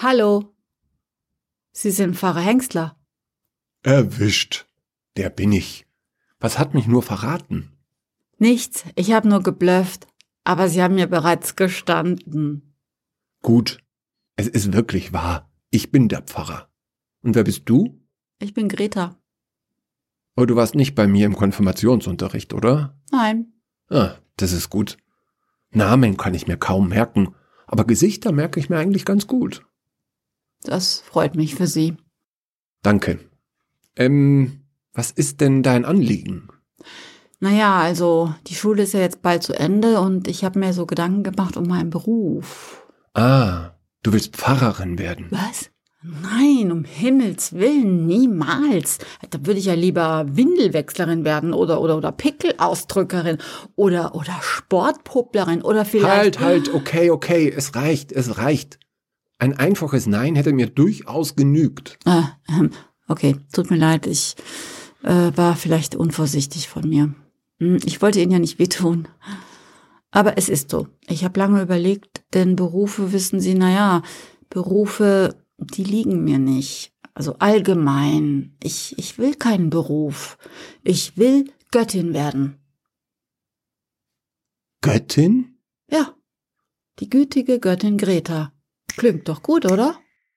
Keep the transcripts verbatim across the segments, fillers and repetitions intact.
Hallo, Sie sind Pfarrer Hengstler. Erwischt. Der bin ich. Was hat mich nur verraten? Nichts, ich habe nur geblufft, aber Sie haben mir bereits gestanden. Gut, es ist wirklich wahr. Ich bin der Pfarrer. Und wer bist du? Ich bin Greta. Oh, du warst nicht bei mir im Konfirmationsunterricht, oder? Nein. Ah, das ist gut. Namen kann ich mir kaum merken, aber Gesichter merke ich mir eigentlich ganz gut. Das freut mich für Sie. Danke. Ähm, was ist denn dein Anliegen? Naja, also die Schule ist ja jetzt bald zu Ende und ich habe mir so Gedanken gemacht um meinen Beruf. Ah, du willst Pfarrerin werden. Was? Nein, um Himmels Willen, niemals. Da würde ich ja lieber Windelwechslerin werden oder oder oder Pickelausdrückerin oder oder Sportpupplerin oder vielleicht... Halt, halt, okay, okay, es reicht, es reicht. Ein einfaches Nein hätte mir durchaus genügt. Ah, ähm, okay, tut mir leid, ich äh, war vielleicht unvorsichtig von mir. Hm, Ich wollte Ihnen ja nicht wehtun. Aber es ist so. Ich habe lange überlegt, denn Berufe, wissen Sie, naja, Berufe, die liegen mir nicht. Also allgemein. Ich, ich will keinen Beruf. Ich will Göttin werden. Göttin? Ja, die gütige Göttin Greta. Klingt doch gut, oder?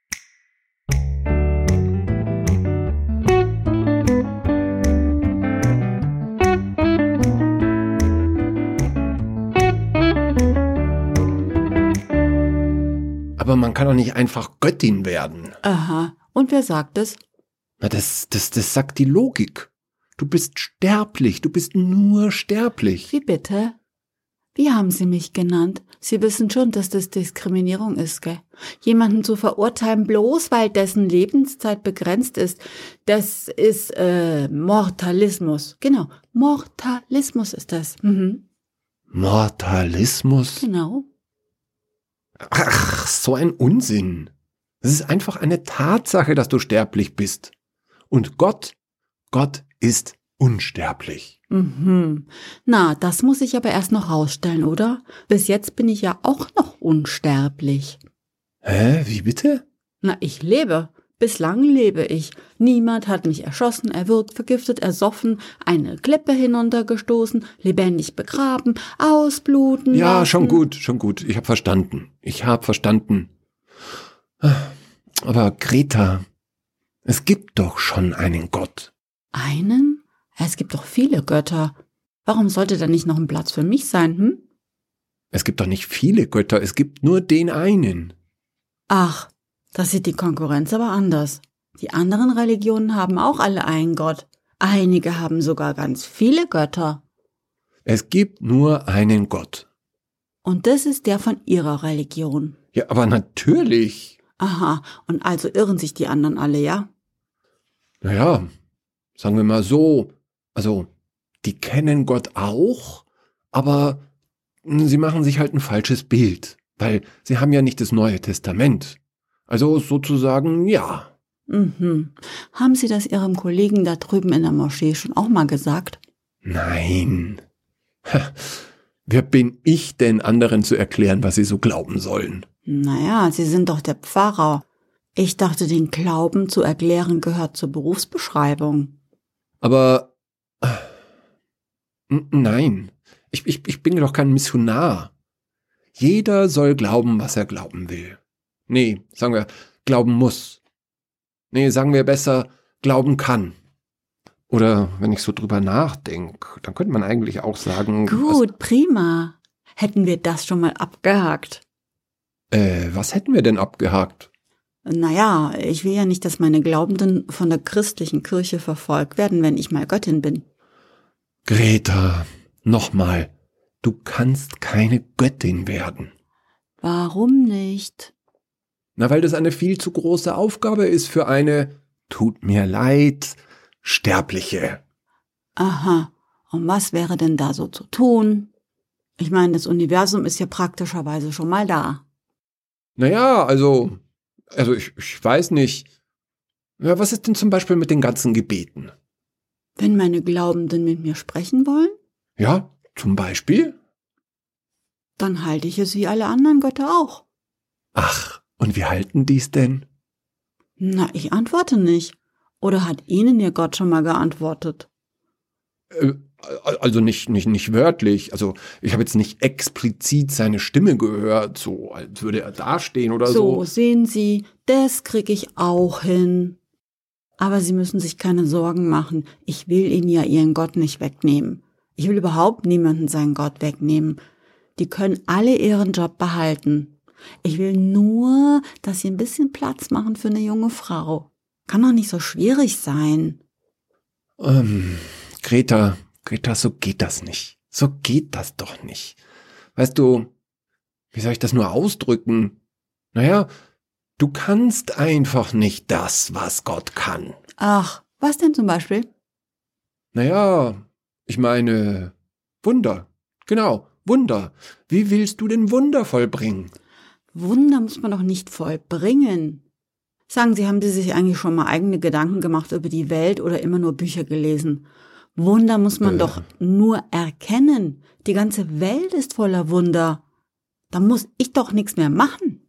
Aber man kann doch nicht einfach Göttin werden. Aha. Und wer sagt es? Na, das, das, das sagt die Logik. Du bist sterblich, du bist nur sterblich. Wie bitte? Wie haben Sie mich genannt? Sie wissen schon, dass das Diskriminierung ist, gell? Jemanden zu verurteilen, bloß weil dessen Lebenszeit begrenzt ist, das ist äh, Mortalismus. Genau, Mortalismus ist das. Mhm. Mortalismus? Genau. Ach, so ein Unsinn. Es ist einfach eine Tatsache, dass du sterblich bist. Und Gott, Gott ist unsterblich. Mhm. Na, das muss ich aber erst noch rausstellen, oder? Bis jetzt bin ich ja auch noch unsterblich. Hä, wie bitte? Na, ich lebe. Bislang lebe ich. Niemand hat mich erschossen, erwürgt, vergiftet, ersoffen, eine Klippe hinuntergestoßen, lebendig begraben, ausbluten Ja, lassen. schon gut, schon gut. Ich hab verstanden. Ich hab verstanden. Aber Greta, es gibt doch schon einen Gott. Einen? Es gibt doch viele Götter. Warum sollte da nicht noch ein Platz für mich sein, hm? Es gibt doch nicht viele Götter, es gibt nur den einen. Ach, das sieht die Konkurrenz aber anders. Die anderen Religionen haben auch alle einen Gott. Einige haben sogar ganz viele Götter. Es gibt nur einen Gott. Und das ist der von ihrer Religion. Ja, aber natürlich. Aha, und also irren sich die anderen alle, ja? Naja, sagen wir mal so, also, die kennen Gott auch, aber sie machen sich halt ein falsches Bild, weil sie haben ja nicht das Neue Testament. Also sozusagen, ja. Mhm. Haben Sie das Ihrem Kollegen da drüben in der Moschee schon auch mal gesagt? Nein. Ha, wer bin ich denn, anderen zu erklären, was sie so glauben sollen? Naja, Sie sind doch der Pfarrer. Ich dachte, den Glauben zu erklären gehört zur Berufsbeschreibung. Aber äh, n- nein, ich, ich, ich bin doch kein Missionar. Jeder soll glauben, was er glauben will. Nee, sagen wir, glauben muss. Nee, sagen wir besser, glauben kann. Oder wenn ich so drüber nachdenke, dann könnte man eigentlich auch sagen... Gut, prima. Hätten wir das schon mal abgehakt. Was, äh, was hätten wir denn abgehakt? Naja, ich will ja nicht, dass meine Glaubenden von der christlichen Kirche verfolgt werden, wenn ich mal Göttin bin. Greta, nochmal, du kannst keine Göttin werden. Warum nicht? Na, weil das eine viel zu große Aufgabe ist für eine, tut mir leid, Sterbliche. Aha, und was wäre denn da so zu tun? Ich meine, das Universum ist ja praktischerweise schon mal da. Naja, also, also ich, ich weiß nicht. Ja, was ist denn zum Beispiel mit den ganzen Gebeten? Wenn meine Glaubenden mit mir sprechen wollen, Ja, zum Beispiel? dann halte ich es wie alle anderen Götter auch. Ach, Und wie halten die's denn? Na, ich antworte nicht. Oder hat Ihnen Ihr Gott schon mal geantwortet? Äh, also nicht, nicht, nicht wörtlich. Also ich habe jetzt nicht explizit seine Stimme gehört, so als würde er dastehen oder so. So, sehen Sie, das krieg ich auch hin. Aber Sie müssen sich keine Sorgen machen. Ich will Ihnen ja Ihren Gott nicht wegnehmen. Ich will überhaupt niemanden seinen Gott wegnehmen. Die können alle ihren Job behalten. Ich will nur, dass Sie ein bisschen Platz machen für eine junge Frau. Kann doch nicht so schwierig sein. Ähm, Greta, Greta, so geht das nicht. So geht das doch nicht. Weißt du, wie soll ich das nur ausdrücken? Naja, du kannst einfach nicht das, was Gott kann. Ach, was denn zum Beispiel? Naja, ich meine, Wunder. Genau, Wunder. Wie willst du denn Wunder vollbringen? Wunder muss man doch nicht vollbringen. Sagen Sie, haben Sie sich eigentlich schon mal eigene Gedanken gemacht über die Welt oder immer nur Bücher gelesen? Wunder muss man äh. doch nur erkennen. Die ganze Welt ist voller Wunder. Da muss ich doch nichts mehr machen.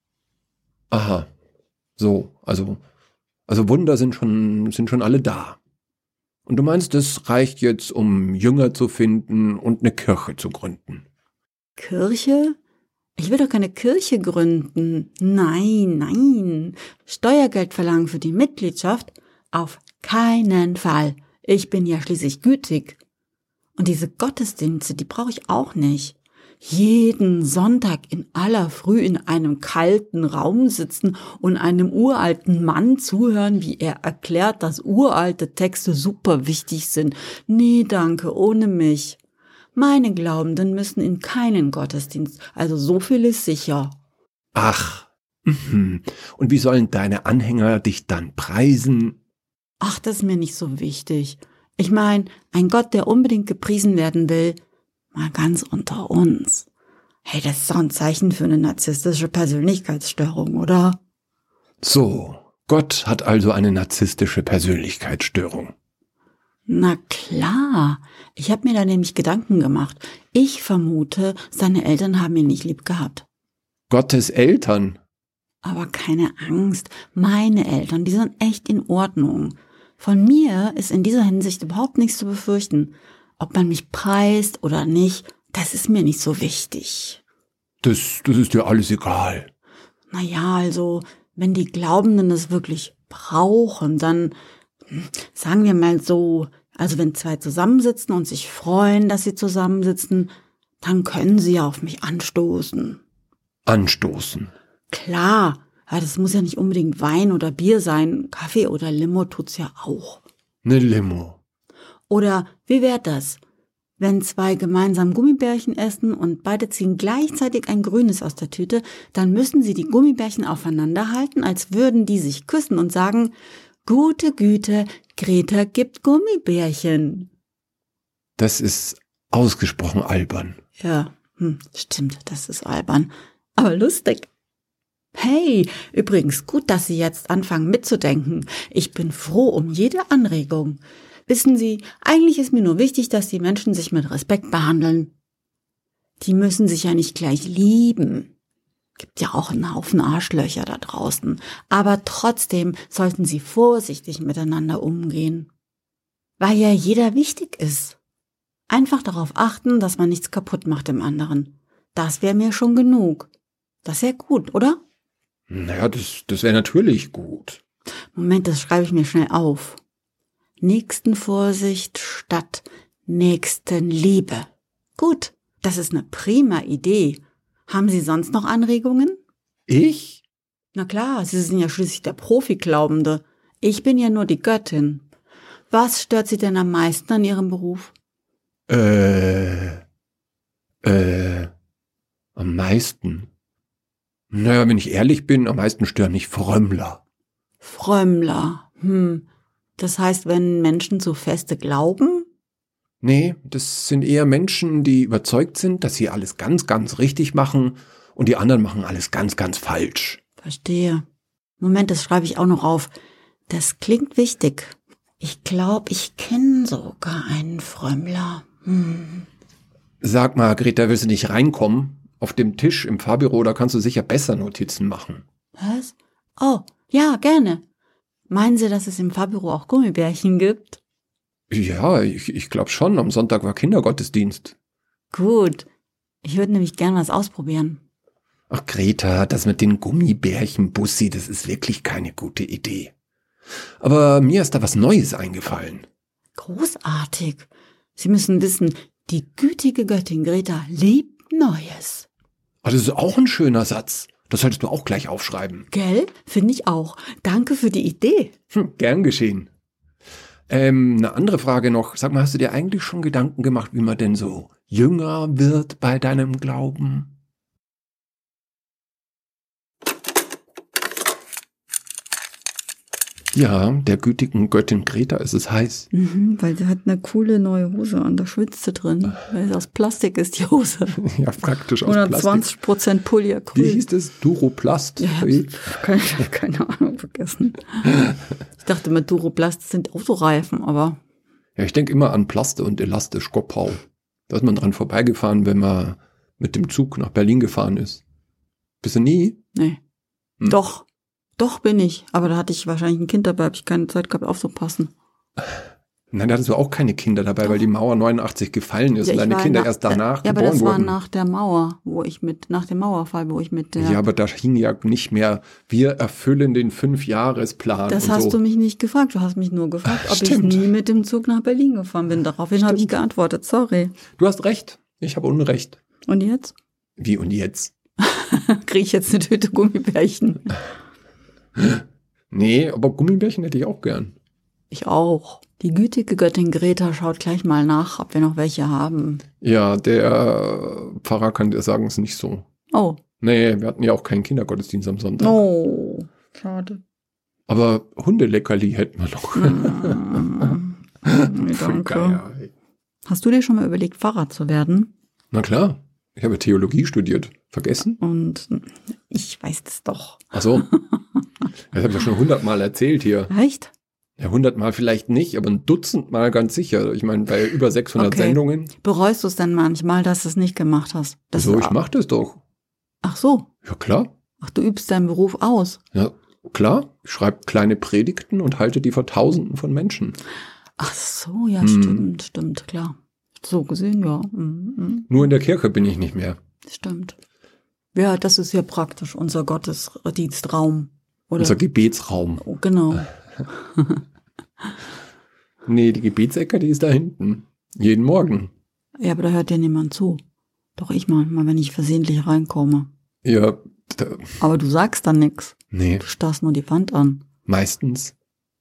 Aha, so, also, also Wunder sind schon, sind schon alle da. Und du meinst, es reicht jetzt, um Jünger zu finden und eine Kirche zu gründen? Kirche? Ich will doch keine Kirche gründen. Nein, nein. Steuergeld verlangen für die Mitgliedschaft? Auf keinen Fall. Ich bin ja schließlich gütig. Und diese Gottesdienste, die brauche ich auch nicht. Jeden Sonntag in aller Früh in einem kalten Raum sitzen und einem uralten Mann zuhören, wie er erklärt, dass uralte Texte super wichtig sind. Nee, danke, ohne mich. Meine Glaubenden müssen in keinen Gottesdienst, also so viel ist sicher. Ach, mhm. Und wie sollen deine Anhänger dich dann preisen? Ach, das ist mir nicht so wichtig. Ich meine, ein Gott, der unbedingt gepriesen werden will, mal ganz unter uns. Hey, das ist doch ein Zeichen für eine narzisstische Persönlichkeitsstörung, oder? So, Gott hat also eine narzisstische Persönlichkeitsstörung. Na klar, ich habe mir da nämlich Gedanken gemacht. Ich vermute, seine Eltern haben ihn nicht lieb gehabt. Gottes Eltern? Aber keine Angst, meine Eltern, die sind echt in Ordnung. Von mir ist in dieser Hinsicht überhaupt nichts zu befürchten. Ob man mich preist oder nicht, das ist mir nicht so wichtig. Das, das ist dir alles egal. Naja, also, wenn die Glaubenden es wirklich brauchen, dann sagen wir mal so, also wenn zwei zusammensitzen und sich freuen, dass sie zusammensitzen, dann können sie ja auf mich anstoßen. Anstoßen? Klar, ja, das muss ja nicht unbedingt Wein oder Bier sein, Kaffee oder Limo tut's ja auch. Ne Limo. Oder wie wäre das, wenn zwei gemeinsam Gummibärchen essen und beide ziehen gleichzeitig ein grünes aus der Tüte, dann müssen sie die Gummibärchen aufeinander halten, als würden die sich küssen und sagen, gute Güte, Greta gibt Gummibärchen. Das ist ausgesprochen albern. Ja, hm, stimmt, das ist albern, aber lustig. Hey, übrigens, gut, dass Sie jetzt anfangen mitzudenken. Ich bin froh um jede Anregung. Wissen Sie, eigentlich ist mir nur wichtig, dass die Menschen sich mit Respekt behandeln. Die müssen sich ja nicht gleich lieben. Gibt ja auch einen Haufen Arschlöcher da draußen. Aber trotzdem sollten sie vorsichtig miteinander umgehen. Weil ja jeder wichtig ist. Einfach darauf achten, dass man nichts kaputt macht im anderen. Das wäre mir schon genug. Das wäre gut, oder? Naja, das, das wäre natürlich gut. Moment, das schreibe ich mir schnell auf. Nächstenvorsicht statt Nächstenliebe. Gut, das ist eine prima Idee. Haben Sie sonst noch Anregungen? Ich? Na klar, Sie sind ja schließlich der Profi-Glaubende. Ich bin ja nur die Göttin. Was stört Sie denn am meisten an Ihrem Beruf? Äh, äh, am meisten? Naja, wenn ich ehrlich bin, am meisten stören mich Frömmler. Frömmler, hm. Das heißt, wenn Menschen zu feste glauben? Nee, das sind eher Menschen, die überzeugt sind, dass sie alles ganz, ganz richtig machen und die anderen machen alles ganz, ganz falsch. Verstehe. Moment, das schreibe ich auch noch auf. Das klingt wichtig. Ich glaube, ich kenne sogar einen Frömmler. Hm. Sag mal, Greta, willst du nicht reinkommen? Auf dem Tisch im Fahrbüro, da kannst du sicher besser Notizen machen. Was? Oh, ja, gerne. Meinen Sie, dass es im Fahrbüro auch Gummibärchen gibt? Ja, ich, ich glaube schon. Am Sonntag war Kindergottesdienst. Gut. Ich würde nämlich gern was ausprobieren. Ach, Greta, das mit den Gummibärchen, Bussi, das ist wirklich keine gute Idee. Aber mir ist da was Neues eingefallen. Großartig. Sie müssen wissen, die gütige Göttin Greta liebt Neues. Ah, das ist auch ein schöner Satz. Das solltest du auch gleich aufschreiben. Gell? Finde ich auch. Danke für die Idee. Hm, gern geschehen. Ähm, eine andere Frage noch. Sag mal, hast du dir eigentlich schon Gedanken gemacht, wie man denn so jünger wird bei deinem Glauben? Ja, der gütigen Göttin Greta ist es heiß. Mhm, weil sie hat eine coole neue Hose an, da schwitzt sie drin. Weil aus Plastik ist die Hose. Ja, praktisch aus hundertzwanzig Prozent Polyacryl. Wie hieß das? Duroplast? Ja, ich habe keine, keine Ahnung, vergessen. Ich dachte mit Duroplast sind Autoreifen, aber... Ja, ich denke immer an Plaste und Elastisch, Goppau. Da ist man dran vorbeigefahren, wenn man mit dem Zug nach Berlin gefahren ist. Bist du nie? Nee. Hm. Doch. Doch bin ich, aber da hatte ich wahrscheinlich ein Kind dabei, habe ich keine Zeit gehabt aufzupassen. Nein, da hattest du auch keine Kinder dabei, Doch. weil die Mauer neunundachtzig gefallen ist ja, und deine Kinder na, erst danach ja, geboren wurden. aber das wurden. war nach der Mauer, wo ich mit, nach dem Mauerfall, wo ich mit der... Ja, aber da hing ja nicht mehr, wir erfüllen den Fünfjahresplan Das und hast so. du mich nicht gefragt, du hast mich nur gefragt, ob Stimmt. ich nie mit dem Zug nach Berlin gefahren bin. Daraufhin habe ich geantwortet, sorry. Du hast recht, ich habe Unrecht. Und jetzt? Wie und jetzt? Kriege ich jetzt eine Tüte Gummibärchen? Nee, aber Gummibärchen hätte ich auch gern. Ich auch. Die gütige Göttin Greta schaut gleich mal nach, ob wir noch welche haben. Ja, der Pfarrer kann dir sagen, es ist nicht so. Oh. Nee, wir hatten ja auch keinen Kindergottesdienst am Sonntag. Oh, schade. Aber Hundeleckerli hätten wir noch. Mm, nee, danke. Geier. Hast du dir schon mal überlegt, Pfarrer zu werden? Na klar, ich habe Theologie studiert. Vergessen? Und ich weiß das doch. Ach so. Das habe ich ja schon hundertmal erzählt hier. Echt? Ja, hundertmal vielleicht nicht, aber ein Dutzend Mal ganz sicher. Ich meine, bei über sechshundert Okay. Sendungen. Bereust du es denn manchmal, dass du es nicht gemacht hast? Das So, ist- ich mache das doch. Ach so. Ja, klar. Ach, du übst deinen Beruf aus. Ja, klar. Ich schreibe kleine Predigten und halte die vor Tausenden von Menschen. Ach so, ja, Hm. stimmt, stimmt, klar. So gesehen, ja. Mhm, mhm. Nur in der Kirche bin ich nicht mehr. Stimmt. Ja, das ist ja praktisch, unser Gottesdienstraum. Oder? Unser Gebetsraum. Oh, genau. Nee, die Gebetsecke, die ist da hinten. Jeden Morgen. Ja, aber da hört ja niemand zu. Doch ich manchmal, wenn ich versehentlich reinkomme. Ja, da, Aber du sagst dann nix. nee, Du starrst nur die Wand an. meistens.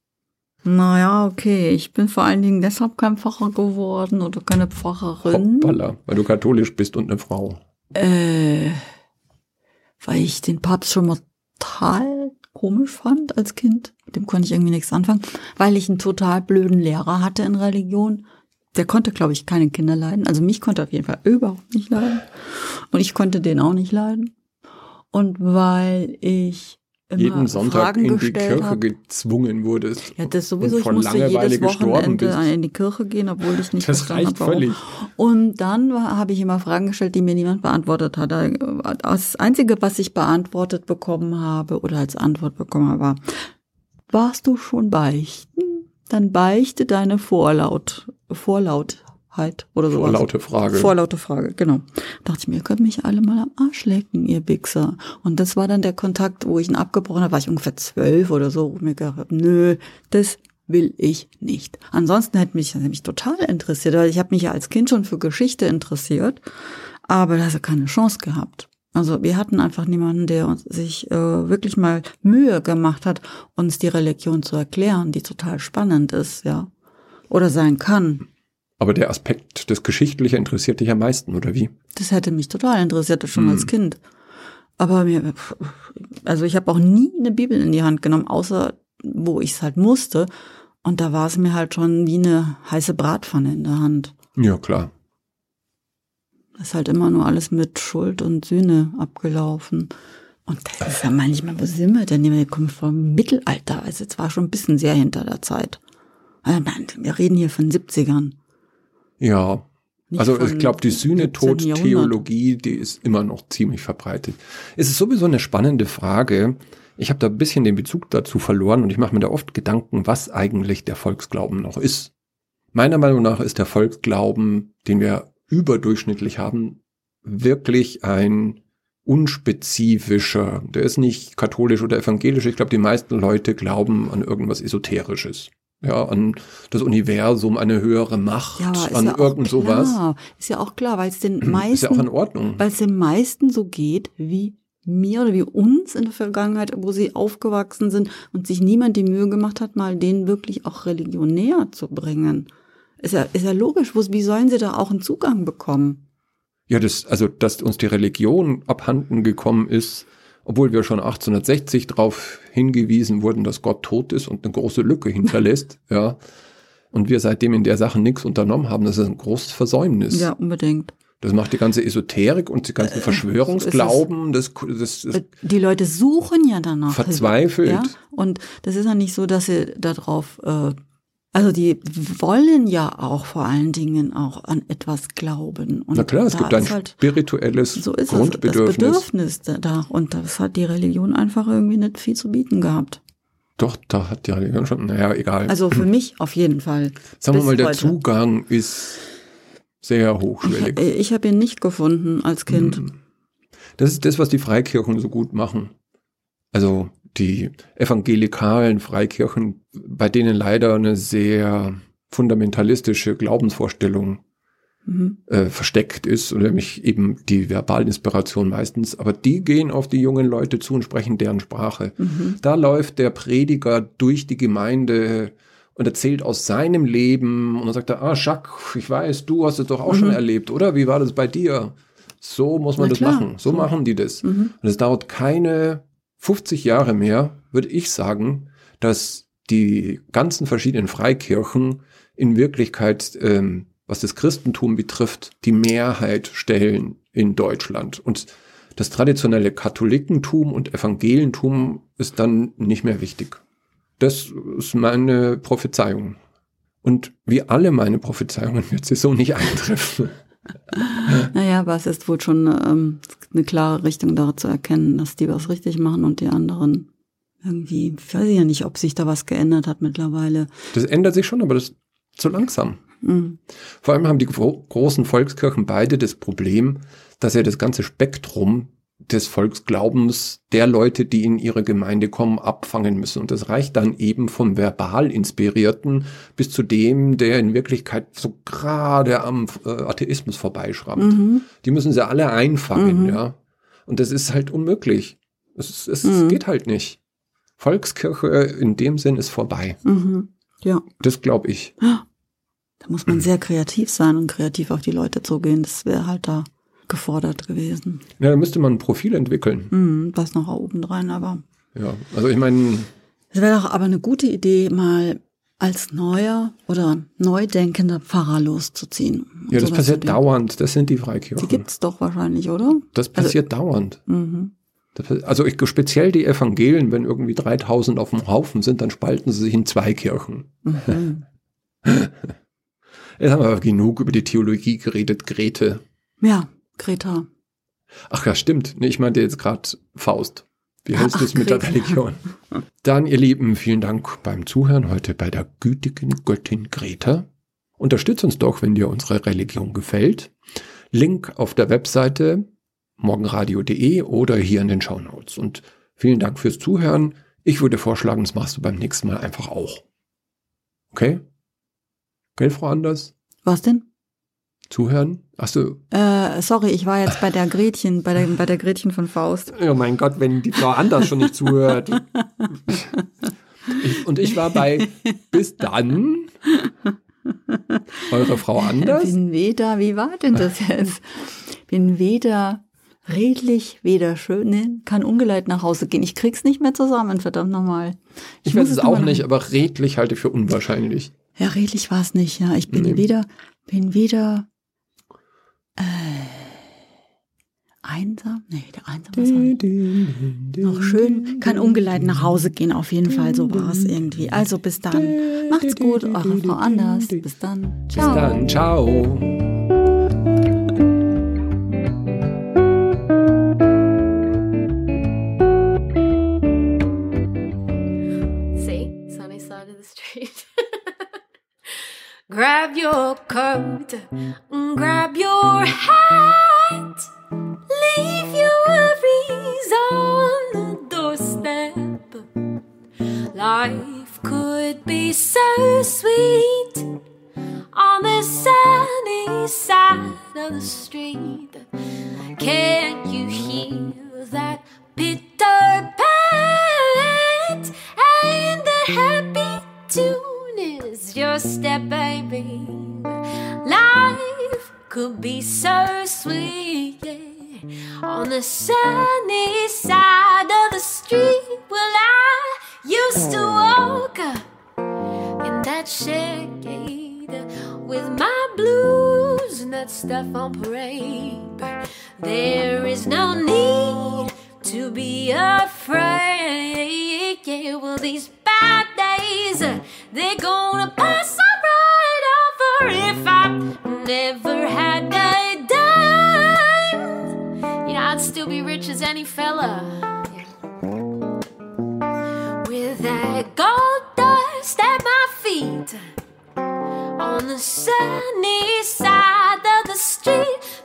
Naja, okay. Ich bin vor allen Dingen deshalb kein Pfarrer geworden oder keine Pfarrerin. Hoppala, weil du katholisch bist und eine Frau. Äh, weil ich den Papst schon mal total komisch fand als Kind. Mit dem konnte ich irgendwie nichts anfangen. Weil ich einen total blöden Lehrer hatte in Religion. Der konnte, glaube ich, keine Kinder leiden. Also mich konnte er auf jeden Fall überhaupt nicht leiden. Und ich konnte den auch nicht leiden. Und weil ich immer Jeden Sonntag Fragen in die gestellt Kirche hab. gezwungen wurdest. Ja, das sowieso. und Ich von musste Langeweile jedes gestorben Wochenende bist. in die Kirche gehen, obwohl ich nicht Das verstanden reicht habe, warum. völlig. Und dann war- habe ich immer Fragen gestellt, die mir niemand beantwortet hat. Das Einzige, was ich beantwortet bekommen habe oder als Antwort bekommen habe, war, warst du schon beichten? Dann beichte deine Vorlaut, Vorlautheit oder sowas. Vorlaute Frage. Vorlaute Frage, genau. Dachte ich mir, ihr könnt mich alle mal am Arsch lecken, ihr Wichser. Und das war dann der Kontakt, wo ich ihn abgebrochen habe, war ich ungefähr zwölf oder so, wo ich mir gedacht habe, nö, das will ich nicht. Ansonsten hätte mich, das hätte mich total interessiert, weil ich habe mich ja als Kind schon für Geschichte interessiert, aber da hast du keine Chance gehabt. Also wir hatten einfach niemanden, der uns sich äh, wirklich mal Mühe gemacht hat, uns die Religion zu erklären, die total spannend ist, ja. Oder sein kann. Aber der Aspekt des Geschichtlichen interessiert dich am meisten, oder wie? Das hätte mich total interessiert, schon Hm. als Kind. Aber mir, also ich habe auch nie eine Bibel in die Hand genommen, außer wo ich es halt musste. Und da war es mir halt schon wie eine heiße Bratpfanne in der Hand. Ja, klar. Das ist halt immer nur alles mit Schuld und Sühne abgelaufen. Und das ist ja manchmal, wo sind wir denn? Wir kommen vom Mittelalter, also jetzt war schon ein bisschen sehr hinter der Zeit. Also nein, wir reden hier von siebzigern. Ja, Nicht also von ich glaube, die Sühnetod-Theologie, die ist immer noch ziemlich verbreitet. Es ist sowieso eine spannende Frage. Ich habe da ein bisschen den Bezug dazu verloren und ich mache mir da oft Gedanken, was eigentlich der Volksglauben noch ist. Meiner Meinung nach ist der Volksglauben, den wir überdurchschnittlich haben, wirklich ein unspezifischer. Der ist nicht katholisch oder evangelisch. Ich glaube, die meisten Leute glauben an irgendwas Esoterisches. Ja, an das Universum, eine höhere Macht, Ja, ist an ja auch irgend sowas. klar. Ist ja auch klar, weil es den Ist ja auch in meisten, Ordnung. weil es den meisten so geht wie mir oder wie uns in der Vergangenheit, wo sie aufgewachsen sind und sich niemand die Mühe gemacht hat, mal denen wirklich auch Religion näher zu bringen. Ist ja, ist ja logisch. Wo, wie sollen sie da auch einen Zugang bekommen? Ja, das, also, dass uns die Religion abhanden gekommen ist, obwohl wir schon achtzehnhundertsechzig darauf hingewiesen wurden, dass Gott tot ist und eine große Lücke hinterlässt, ja. Und wir seitdem in der Sache nichts unternommen haben, das ist ein großes Versäumnis. Ja, unbedingt. Das macht die ganze Esoterik und die ganzen Verschwörungsglauben, das, das, das Die Leute suchen ja danach. verzweifelt. Ja? Und das ist ja nicht so, dass sie darauf, äh, also die wollen ja auch vor allen Dingen auch an etwas glauben. Und Na klar, es da gibt ein ist halt, spirituelles so ist Grundbedürfnis. Es, das Bedürfnis da. Und das hat die Religion einfach irgendwie nicht viel zu bieten gehabt. Doch, da hat die Religion schon, naja, egal. Also für mich auf jeden Fall. Sagen wir Bis mal, der heute. Zugang ist sehr hochschwellig. Ich, ich habe ihn nicht gefunden als Kind. Das ist das, was die Freikirchen so gut machen. Also die evangelikalen Freikirchen, bei denen leider eine sehr fundamentalistische Glaubensvorstellung mhm. äh, versteckt ist, nämlich eben die Verbalinspiration meistens, aber die gehen auf die jungen Leute zu und sprechen deren Sprache. Mhm. Da läuft der Prediger durch die Gemeinde und erzählt aus seinem Leben und dann sagt er, ah Jacques, ich weiß, du hast es doch auch mhm. schon erlebt, oder? Wie war das bei dir? So muss man Na das klar. machen. So, so machen die das. Mhm. Und es dauert keine fünfzig Jahre mehr, würde ich sagen, dass die ganzen verschiedenen Freikirchen in Wirklichkeit, ähm, was das Christentum betrifft, die Mehrheit stellen in Deutschland. Und das traditionelle Katholikentum und Evangelientum ist dann nicht mehr wichtig. Das ist meine Prophezeiung. Und wie alle meine Prophezeiungen wird sie so nicht eintreffen. Naja, aber es ist wohl schon ähm, eine klare Richtung da zu erkennen, dass die was richtig machen und die anderen irgendwie, ich weiß ja nicht, ob sich da was geändert hat mittlerweile. Das ändert sich schon, aber das ist zu langsam. Mhm. Vor allem haben die gro- großen Volkskirchen beide das Problem, dass ja das ganze Spektrum des Volksglaubens der Leute, die in ihre Gemeinde kommen, abfangen müssen. Und das reicht dann eben vom verbal Inspirierten bis zu dem, der in Wirklichkeit so gerade am äh, Atheismus vorbeischrammt. Mhm. Die müssen sie alle einfangen, mhm. ja. Und das ist halt unmöglich. Es, es mhm. geht halt nicht. Volkskirche in dem Sinn ist vorbei. Mhm. Ja. Das glaube ich. Da muss man sehr kreativ sein und kreativ auf die Leute zugehen. Das wäre halt da gefordert gewesen. Ja, da müsste man ein Profil entwickeln. Mhm, was noch oben rein, aber. Ja, also ich meine. Es wäre doch aber eine gute Idee, mal als neuer oder neu denkender Pfarrer loszuziehen. Ja, das passiert dauernd. Das sind die Freikirchen. Die gibt's doch wahrscheinlich, oder? Das passiert also, dauernd. Mhm. Das, also ich, speziell die Evangelien, wenn irgendwie dreitausend auf dem Haufen sind, dann spalten sie sich in zwei Kirchen. Mhm. Jetzt haben wir aber genug über die Theologie geredet, Grete. Ja. Greta. Ach ja, stimmt. Nee, ich meinte jetzt gerade Faust. Wie heißt es mit Greta. Der Religion? Dann, ihr Lieben, vielen Dank beim Zuhören heute bei der gütigen Göttin Greta. Unterstützt uns doch, wenn dir unsere Religion gefällt. Link auf der Webseite morgenradio punkt de oder hier in den Shownotes. Und vielen Dank fürs Zuhören. Ich würde vorschlagen, das machst du beim nächsten Mal einfach auch. Okay? Gell, Frau Anders? Was denn? Zuhören? Ach so. Äh, sorry, ich war jetzt bei der Gretchen, bei der, bei der Gretchen von Faust. Oh mein Gott, wenn die Frau Anders schon nicht zuhört. Ich, und ich war bei bis dann. Eure Frau Anders? Bin weder, wie war denn das jetzt? Bin weder redlich, weder schön, ne, kann ungeleitet nach Hause gehen. Ich krieg's nicht mehr zusammen, verdammt nochmal. Ich, ich weiß es auch nicht, aber redlich halte ich für unwahrscheinlich. Ja, redlich war es nicht, ja. Ich bin nee. weder, bin weder Äh, einsam? Nee, der einsam ist noch schön. Kann ungeleitet nach Hause gehen, auf jeden Fall. So war es irgendwie. Also bis dann. Macht's gut, eure Frau Anders. Bis dann. Ciao. Bis dann. Ciao. Right. Grab your coat, grab your hat, leave your worries on the doorstep. Life could be so sweet on the sunny side of the street. Can't you hear that bitter pat? And the happy tune is your step, baby. Life could be so sweet, yeah, on the sunny side of the street. Well, I used to walk in that shade with my blues and that stuff on parade. But there is no need to be afraid. Yeah, well, these bad days, they're gonna pass right over. If I never had a dime, you know, I'd still be rich as any fella. With that gold dust at my feet on the sunny side of the street.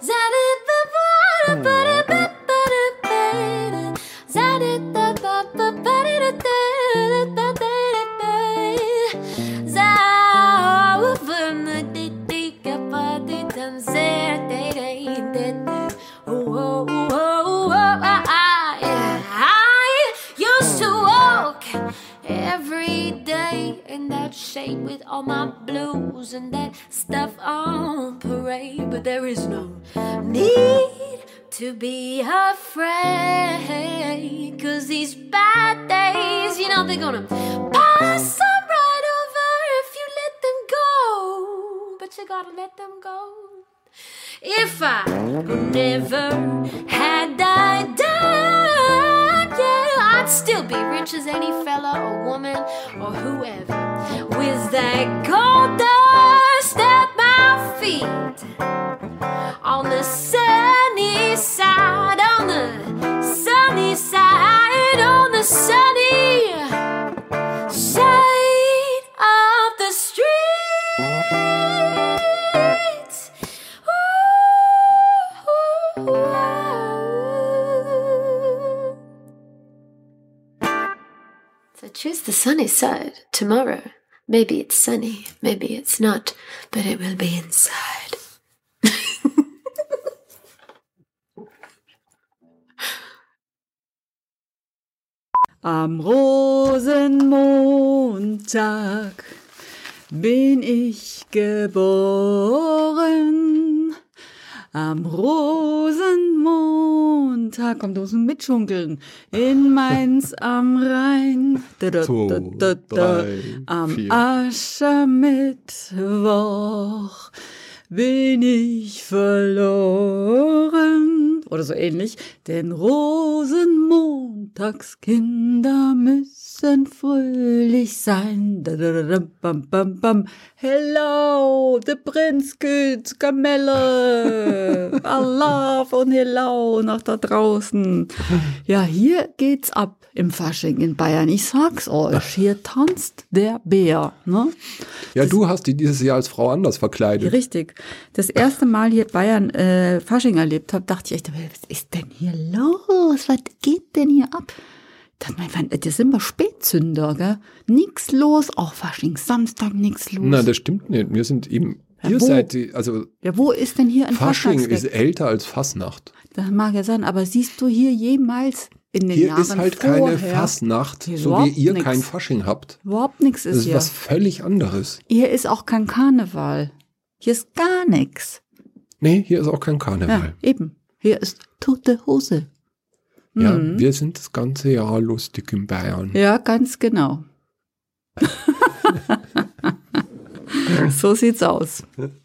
Every day in that shade with all my blues and that stuff on parade. But there is no need to be afraid, 'cause these bad days, you know, they're gonna pass right over if you let them go. But you gotta let them go. If I never had that done, yeah, I'd still be rich as any fella or woman or whoever. With that gold dust at my feet on the sunny side, on the sunny side, on the sunny side of the street. So choose the sunny side tomorrow. Maybe it's sunny, maybe it's not, but it will be inside. Am Rosenmontag bin ich geboren. Am Rosenmontag, kommt aus dem Mitschunkeln, in Mainz am Rhein. Da, da, da, da, da. drei, Am vier. Aschermittwoch bin ich verloren. Oder so ähnlich. Denn Rosenmontagskinder müssen fröhlich sein. Da, da, da, da, bam, bam, bam. Hello, the Prince geht Kamelle. Allah von Hello nach da draußen. Ja, hier geht's ab im Fasching in Bayern. Ich sag's euch, hier tanzt der Bär. Ne? Ja, Das- du hast die dieses Jahr als Frau anders verkleidet. Richtig. Das erste Mal hier Bayern äh, Fasching erlebt habe, dachte ich echt, was ist denn hier los? Was geht denn hier ab? Das, das sind wir Spätzünder, gell? Nix los, auch Fasching Samstag nix los. Na, das stimmt nicht. Wir sind eben, Ja, ihr wo? seid, die, also ja, wo ist denn hier ein Fasching ist Fasnachtstag? älter als Fasnacht. Das mag ja sein, aber siehst du hier jemals in den Hier Jahren ist halt vorher keine Fasnacht, Hier so wie überhaupt ihr nix. kein Fasching habt. Überhaupt nichts Das ist ist hier. was völlig anderes. Hier ist auch kein Karneval. Hier ist gar nichts. Nee, hier ist auch kein Ja, Karneval. eben. Hier ist tote Hose. Ja, Mhm. wir sind das ganze Jahr lustig in Bayern. Ja, ganz genau. So sieht's aus.